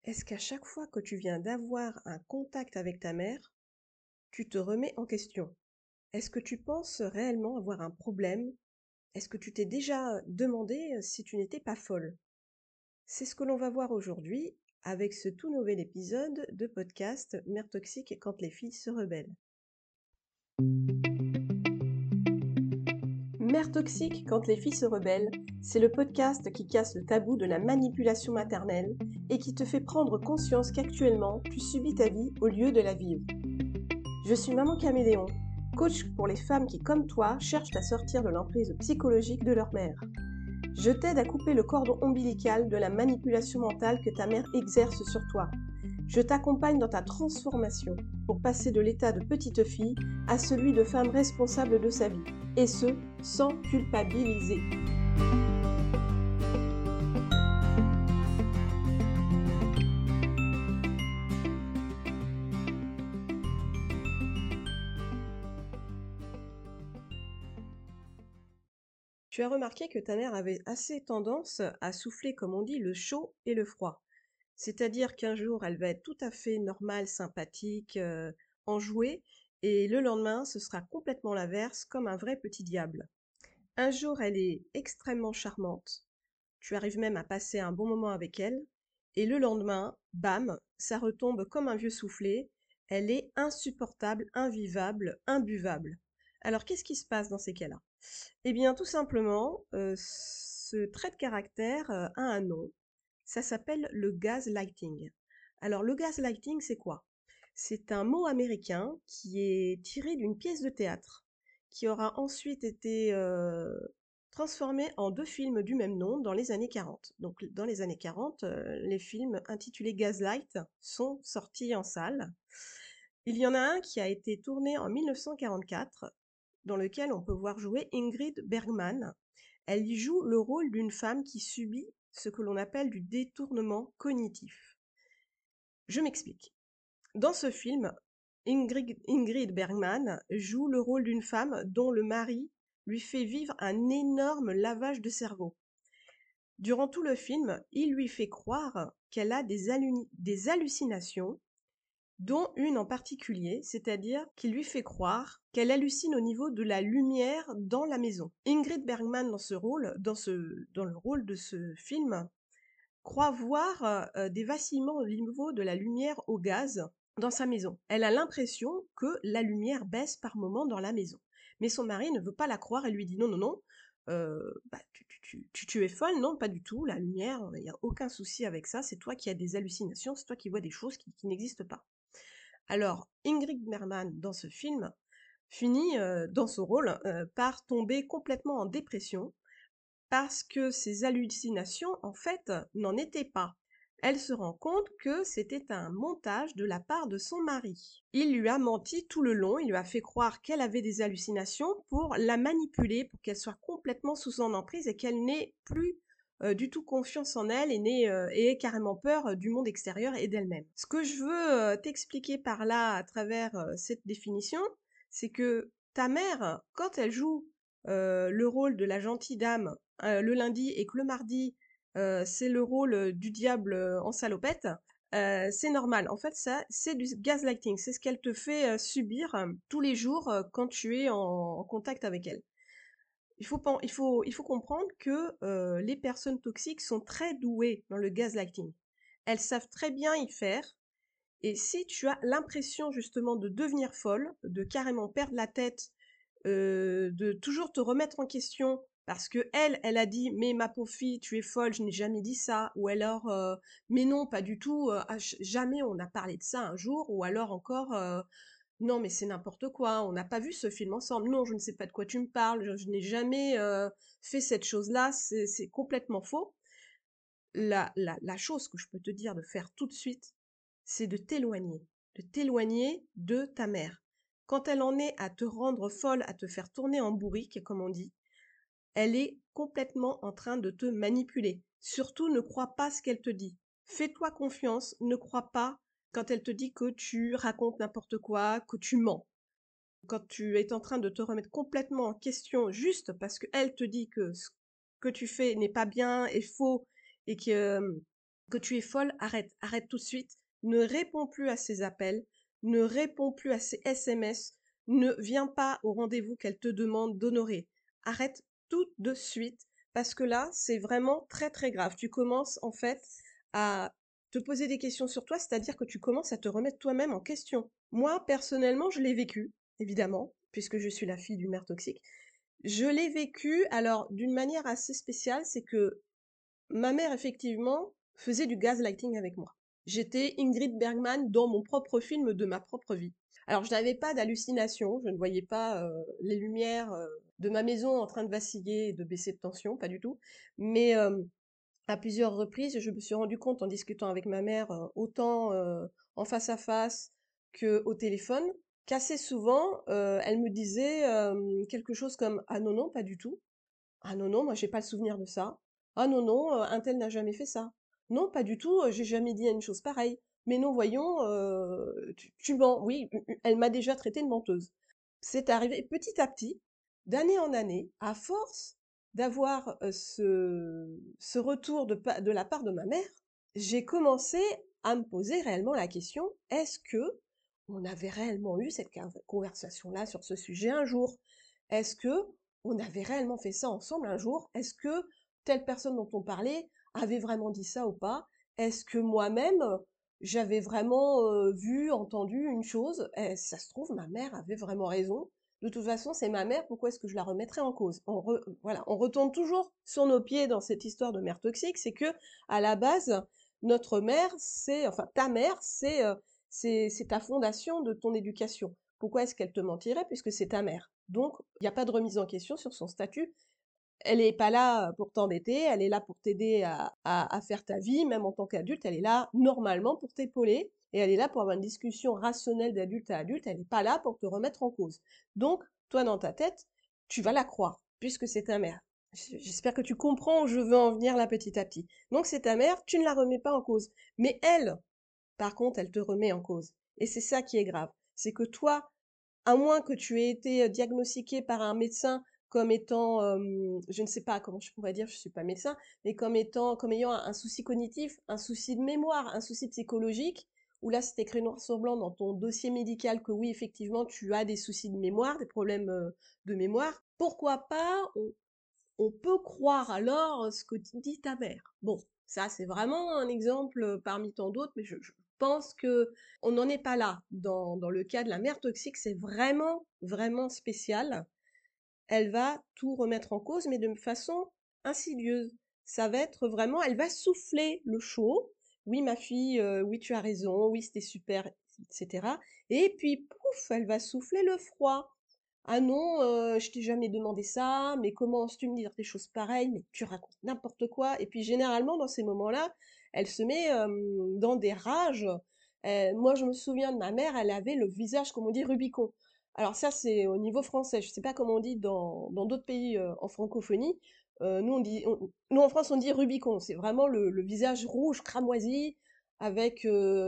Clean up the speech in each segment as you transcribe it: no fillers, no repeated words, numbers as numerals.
Est-ce qu'à chaque fois que tu viens d'avoir un contact avec ta mère, tu te remets en question? Est-ce que tu penses réellement avoir un problème? Est-ce que tu t'es déjà demandé si tu n'étais pas folle? C'est ce que l'on va voir aujourd'hui avec ce tout nouvel épisode de podcast Mère toxique quand les filles se rebellent. Mère toxique quand les filles se rebellent, c'est le podcast qui casse le tabou de la manipulation maternelle et qui te fait prendre conscience qu'actuellement, tu subis ta vie au lieu de la vivre. Je suis Maman Caméléon, coach pour les femmes qui, comme toi, cherchent à sortir de l'emprise psychologique de leur mère. Je t'aide à couper le cordon ombilical de la manipulation mentale que ta mère exerce sur toi. Je t'accompagne dans ta transformation pour passer de l'état de petite fille à celui de femme responsable de sa vie, et ce, sans culpabiliser. Tu as remarqué que ta mère avait assez tendance à souffler, comme on dit, le chaud et le froid. C'est-à-dire qu'un jour, elle va être tout à fait normale, sympathique, enjouée, et le lendemain, ce sera complètement l'inverse, comme un vrai petit diable. Un jour, elle est extrêmement charmante, tu arrives même à passer un bon moment avec elle, et le lendemain, bam, ça retombe comme un vieux soufflé, elle est insupportable, invivable, imbuvable. Alors qu'est-ce qui se passe dans ces cas-là? Eh bien, tout simplement, ce trait de caractère a un nom. Ça s'appelle le gaslighting. Alors, le gaslighting, c'est quoi? C'est un mot américain qui est tiré d'une pièce de théâtre, qui aura ensuite été transformé en 2 films du même nom dans les années 40. Donc, dans les années 40, les films intitulés Gaslight sont sortis en salle. Il y en a un qui a été tourné en 1944 dans lequel on peut voir jouer Ingrid Bergman. Elle y joue le rôle d'une femme qui subit ce que l'on appelle du détournement cognitif. Je m'explique. Dans ce film, Ingrid Bergman joue le rôle d'une femme dont le mari lui fait vivre un énorme lavage de cerveau. Durant tout le film, il lui fait croire qu'elle a des hallucinations, dont une en particulier, c'est-à-dire qu'il lui fait croire qu'elle hallucine au niveau de la lumière dans la maison. Ingrid Bergman, dans le rôle de ce film, croit voir des vacillements au niveau de la lumière au gaz dans sa maison. Elle a l'impression que la lumière baisse par moment dans la maison. Mais son mari ne veut pas la croire et lui dit non, non, non, tu es folle, non, pas du tout, la lumière, il n'y a aucun souci avec ça, c'est toi qui as des hallucinations, c'est toi qui vois des choses qui n'existent pas. Alors, Ingrid Bergman, dans ce film, finit dans ce rôle par tomber complètement en dépression parce que ses hallucinations, en fait, n'en étaient pas. Elle se rend compte que c'était un montage de la part de son mari. Il lui a menti tout le long, il lui a fait croire qu'elle avait des hallucinations pour la manipuler, pour qu'elle soit complètement sous son emprise et qu'elle n'ait plus du tout confiance en elle et ait carrément peur du monde extérieur et d'elle-même. Ce que je veux t'expliquer par là, à travers cette définition, c'est que ta mère, quand elle joue le rôle de la gentille dame le lundi et que le mardi, c'est le rôle du diable en salopette, c'est normal. En fait, ça, c'est du gaslighting. C'est ce qu'elle te fait subir tous les jours quand tu es en contact avec elle. Il faut comprendre que les personnes toxiques sont très douées dans le gaslighting. Elles savent très bien y faire. Et si tu as l'impression justement de devenir folle, de carrément perdre la tête, de toujours te remettre en question parce que elle a dit mais ma pauvre fille tu es folle, je n'ai jamais dit ça, ou alors mais non pas du tout, jamais on a parlé de ça un jour, ou alors encore non mais c'est n'importe quoi, on n'a pas vu ce film ensemble, non je ne sais pas de quoi tu me parles, je n'ai jamais fait cette chose-là, c'est complètement faux. La chose que je peux te dire de faire tout de suite, c'est de t'éloigner de ta mère. Quand elle en est à te rendre folle, à te faire tourner en bourrique, comme on dit, elle est complètement en train de te manipuler. Surtout, ne crois pas ce qu'elle te dit. Fais-toi confiance, ne crois pas quand elle te dit que tu racontes n'importe quoi, que tu mens. Quand tu es en train de te remettre complètement en question juste parce qu'elle te dit que ce que tu fais n'est pas bien, est faux, et que que tu es folle, arrête, arrête tout de suite, ne réponds plus à ses appels, ne réponds plus à ses SMS, ne viens pas au rendez-vous qu'elle te demande d'honorer. Arrête tout de suite, parce que là, c'est vraiment très très grave. Tu commences en fait à te poser des questions sur toi, c'est-à-dire que tu commences à te remettre toi-même en question. Moi, personnellement, je l'ai vécu, évidemment, puisque je suis la fille du maire toxique. Je l'ai vécu, alors d'une manière assez spéciale, c'est que ma mère, effectivement, faisait du gaslighting avec moi. J'étais Ingrid Bergman dans mon propre film de ma propre vie. Alors, je n'avais pas d'hallucination, je ne voyais pas les lumières de ma maison en train de vaciller et de baisser de tension, pas du tout. Mais à plusieurs reprises, je me suis rendu compte en discutant avec ma mère, autant en face à face qu'au téléphone, qu'assez souvent, elle me disait quelque chose comme: «Ah non, non, pas du tout. Ah non, non, moi j'ai pas le souvenir de ça. Ah non, non, un tel n'a jamais fait ça. Non, pas du tout, j'ai jamais dit une chose pareille. Mais non, voyons, tu mens. Oui, elle m'a déjà traitée de menteuse. C'est arrivé petit à petit, d'année en année, à force d'avoir ce retour de la part de ma mère, j'ai commencé à me poser réellement la question, est-ce que on avait réellement eu cette conversation-là sur ce sujet un jour? Est-ce que on avait réellement fait ça ensemble un jour? Est-ce que telle personne dont on parlait avait vraiment dit ça ou pas? Est-ce que moi-même, j'avais vraiment vu, entendu une chose? Et ça se trouve, ma mère avait vraiment raison. De toute façon, c'est ma mère, pourquoi est-ce que je la remettrais en cause? Voilà, on retourne toujours sur nos pieds dans cette histoire de mère toxique, c'est que à la base, notre mère, enfin ta mère, c'est ta fondation de ton éducation. Pourquoi est-ce qu'elle te mentirait puisque c'est ta mère? Donc, il n'y a pas de remise en question sur son statut. Elle n'est pas là pour t'embêter, elle est là pour t'aider à faire ta vie, même en tant qu'adulte, elle est là normalement pour t'épauler, et elle est là pour avoir une discussion rationnelle d'adulte à adulte, elle n'est pas là pour te remettre en cause. Donc, toi, dans ta tête, tu vas la croire, puisque c'est ta mère. J'espère que tu comprends où je veux en venir là petit à petit. Donc, c'est ta mère, tu ne la remets pas en cause. Mais elle, par contre, elle te remet en cause. Et c'est ça qui est grave. C'est que toi, à moins que tu aies été diagnostiqué par un médecin comme étant, je ne sais pas comment je pourrais dire, je ne suis pas médecin, mais comme ayant un souci cognitif, un souci de mémoire, un souci psychologique, où là c'est écrit noir sur blanc dans ton dossier médical que oui, effectivement, tu as des soucis de mémoire, des problèmes de mémoire, pourquoi pas on peut croire alors ce que dit ta mère. Bon, ça c'est vraiment un exemple parmi tant d'autres, mais je pense que on n'en est pas là. Dans le cas de la mère toxique, c'est vraiment, vraiment spécial. Elle va tout remettre en cause, mais de façon insidieuse. Ça va être vraiment, elle va souffler le chaud. Oui, ma fille, oui, tu as raison, oui, c'était super, etc. Et puis, pouf, elle va souffler le froid. Ah non, je t'ai jamais demandé ça, mais comment oses-tu me dire des choses pareilles? Mais tu racontes n'importe quoi. Et puis généralement, dans ces moments-là, elle se met dans des rages. Moi, je me souviens de ma mère, elle avait le visage, comme on dit, Rubicon. Alors ça, c'est au niveau français. Je sais pas comment on dit dans d'autres pays en francophonie. Nous, en France, on dit Rubicon. C'est vraiment le visage rouge, cramoisi, avec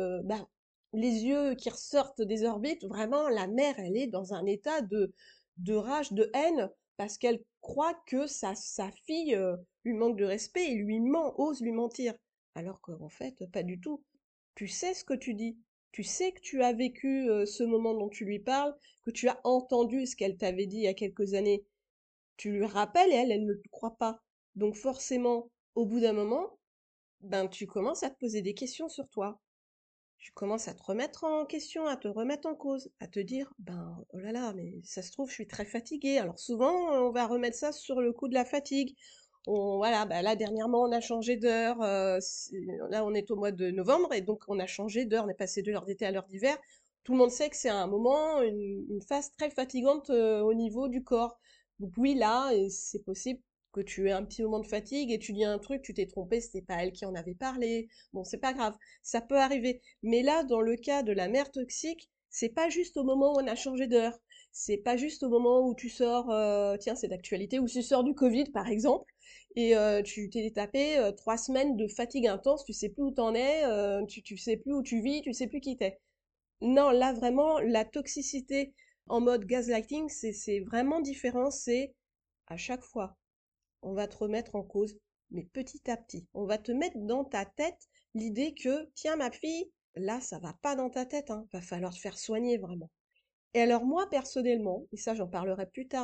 les yeux qui ressortent des orbites. Vraiment, la mère, elle est dans un état de rage, de haine, parce qu'elle croit que sa fille lui manque de respect et lui ment, ose lui mentir. Alors qu'en fait, pas du tout. Tu sais ce que tu dis. Tu sais que tu as vécu ce moment dont tu lui parles, que tu as entendu ce qu'elle t'avait dit il y a quelques années. Tu lui rappelles et elle ne te croit pas. Donc forcément, au bout d'un moment, ben tu commences à te poser des questions sur toi. Tu commences à te remettre en question, à te remettre en cause, à te dire, ben, oh là là, mais ça se trouve, je suis très fatiguée. Alors souvent, on va remettre ça sur le coup de la fatigue. Voilà, bah là, dernièrement, on a changé d'heure. Là, on est au mois de novembre et donc on a changé d'heure. On est passé de l'heure d'été à l'heure d'hiver. Tout le monde sait que c'est un moment, une phase très fatigante au niveau du corps. Donc oui, là, c'est possible que tu aies un petit moment de fatigue et tu dis un truc, tu t'es trompé, c'était pas elle qui en avait parlé. Bon, c'est pas grave, ça peut arriver. Mais là, dans le cas de la mère toxique, c'est pas juste au moment où on a changé d'heure. C'est pas juste au moment où tu sors, tiens, c'est d'actualité, où tu sors du Covid, par exemple, et tu t'es tapé 3 semaines de fatigue intense, tu sais plus où t'en es, tu sais plus où tu vis, tu sais plus qui t'es. Non, là, vraiment, la toxicité en mode gaslighting, c'est vraiment différent. C'est à chaque fois, on va te remettre en cause. mais petit à petit. On va te mettre dans ta tête l'idée que, tiens ma fille, là ça va pas dans ta tête, hein, va falloir te faire soigner vraiment. Et alors moi personnellement, et ça j'en parlerai plus tard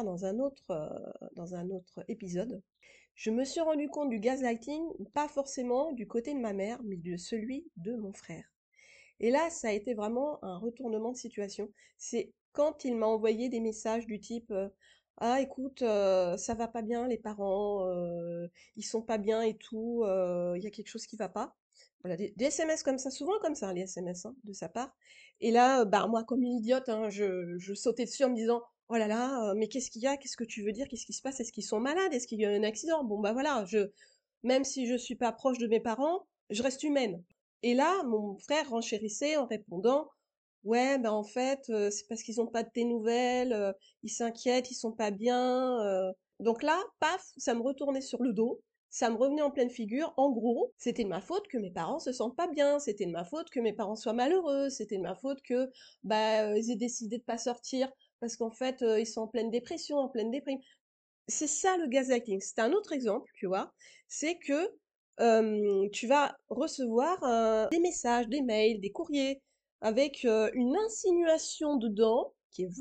dans un autre épisode, je me suis rendu compte du gaslighting, pas forcément du côté de ma mère, mais de celui de mon frère. Et là, ça a été vraiment un retournement de situation. C'est quand il m'a envoyé des messages du type ah écoute, ça va pas bien les parents, ils sont pas bien et tout, il y a quelque chose qui va pas. Voilà, des SMS comme ça, souvent comme ça, les SMS hein, de sa part. Et là, bah moi comme une idiote, hein, je sautais dessus en me disant oh là là, mais qu'est-ce qu'il y a? Qu'est-ce que tu veux dire? Qu'est-ce qui se passe? Est-ce qu'ils sont malades? Est-ce qu'il y a eu un accident? Bon bah voilà, même si je suis pas proche de mes parents, je reste humaine. Et là, mon frère renchérissait en répondant ouais, ben en fait, c'est parce qu'ils ont pas de tes nouvelles, ils s'inquiètent, ils sont pas bien. Donc là, paf, ça me retournait sur le dos, ça me revenait en pleine figure. En gros, c'était de ma faute que mes parents se sentent pas bien, c'était de ma faute que mes parents soient malheureux, c'était de ma faute que bah ils aient décidé de pas sortir parce qu'en fait ils sont en pleine dépression, en pleine déprime. C'est ça le gaslighting. C'est un autre exemple, tu vois. C'est que tu vas recevoir des messages, des mails, des courriers avec une insinuation dedans qui est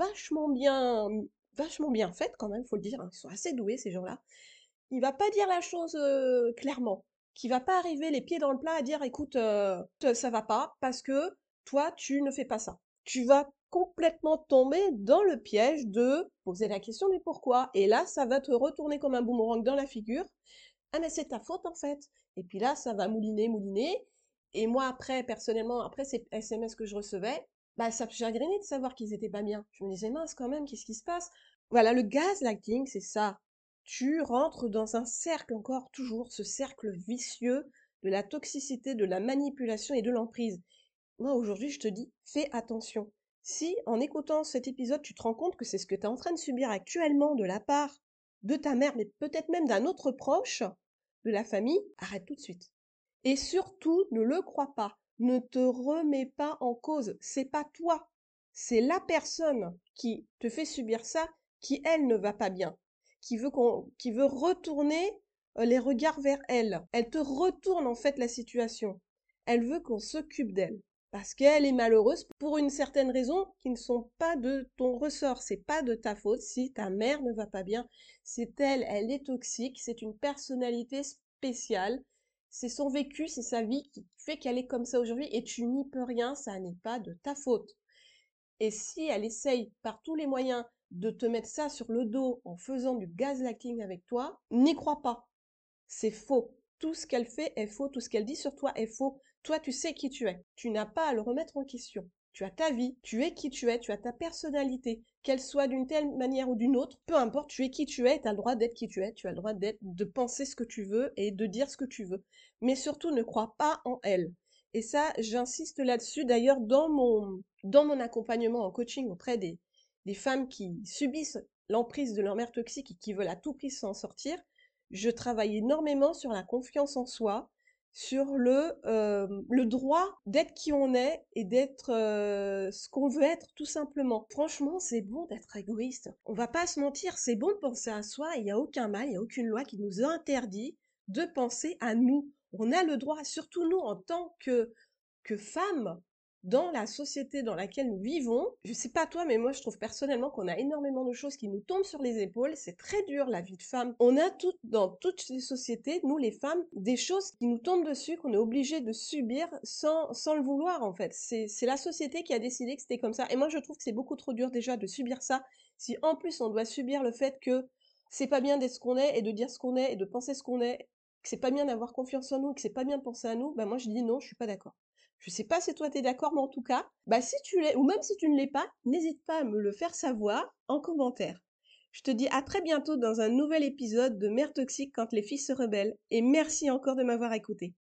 vachement bien faite quand même, faut le dire. Hein. Ils sont assez doués ces gens-là. Il va pas dire la chose clairement. Qui va pas arriver les pieds dans le plat à dire écoute ça va pas parce que toi tu ne fais pas ça. Tu vas complètement tomber dans le piège de poser la question du pourquoi et là ça va te retourner comme un boomerang dans la figure. Ah mais c'est ta faute en fait. Et puis là ça va mouliner et moi après personnellement après ces SMS que je recevais bah ça me chagrinait de savoir qu'ils étaient pas bien. Je me disais mince quand même qu'est-ce qui se passe? Voilà le gaslighting c'est ça tu rentres dans un cercle encore, toujours ce cercle vicieux de la toxicité, de la manipulation et de l'emprise. Moi, aujourd'hui, je te dis, fais attention. Si, en écoutant cet épisode, tu te rends compte que c'est ce que tu es en train de subir actuellement de la part de ta mère, mais peut-être même d'un autre proche de la famille, arrête tout de suite. Et surtout, ne le crois pas. Ne te remets pas en cause. C'est pas toi. C'est la personne qui te fait subir ça qui, elle, ne va pas bien. Qui veut retourner les regards vers elle. Elle te retourne, en fait, la situation. Elle veut qu'on s'occupe d'elle. Parce qu'elle est malheureuse pour une certaine raison qui ne sont pas de ton ressort. C'est pas de ta faute si ta mère ne va pas bien. C'est elle, elle est toxique. C'est une personnalité spéciale c'est son vécu, c'est sa vie qui fait qu'elle est comme ça aujourd'hui et tu n'y peux rien, ça n'est pas de ta faute. Et si elle essaye par tous les moyens de te mettre ça sur le dos en faisant du gaslighting avec toi, n'y crois pas. C'est faux. Tout ce qu'elle fait est faux, tout ce qu'elle dit sur toi est faux. Toi, tu sais qui tu es. Tu n'as pas à le remettre en question. Tu as ta vie, tu es qui tu es, tu as ta personnalité, qu'elle soit d'une telle manière ou d'une autre, peu importe, tu es qui tu es, tu as le droit d'être qui tu es, tu as le droit de penser ce que tu veux et de dire ce que tu veux. Mais surtout, ne crois pas en elle. Et ça, j'insiste là-dessus. D'ailleurs, dans mon accompagnement en coaching auprès des femmes qui subissent l'emprise de leur mère toxique et qui veulent à tout prix s'en sortir, je travaille énormément sur la confiance en soi, sur le droit d'être qui on est et d'être ce qu'on veut être tout simplement. Franchement, c'est bon d'être égoïste. On va pas se mentir, c'est bon de penser à soi, il n'y a aucun mal, il n'y a aucune loi qui nous interdit de penser à nous. On a le droit, surtout nous en tant que femmes, dans la société dans laquelle nous vivons, je sais pas toi, mais moi je trouve personnellement qu'on a énormément de choses qui nous tombent sur les épaules. C'est très dur la vie de femme. On a dans toutes les sociétés, nous les femmes, des choses qui nous tombent dessus, qu'on est obligé de subir sans le vouloir en fait. C'est la société qui a décidé que c'était comme ça. Et moi je trouve que c'est beaucoup trop dur déjà de subir ça. Si en plus on doit subir le fait que c'est pas bien d'être ce qu'on est et de dire ce qu'on est et de penser ce qu'on est, que c'est pas bien d'avoir confiance en nous, que c'est pas bien de penser à nous, bah moi je dis non, je suis pas d'accord. Je sais pas si toi t'es d'accord, mais en tout cas, bah si tu l'es, ou même si tu ne l'es pas, n'hésite pas à me le faire savoir en commentaire. Je te dis à très bientôt dans un nouvel épisode de Mère Toxique quand les filles se rebellent, et merci encore de m'avoir écouté.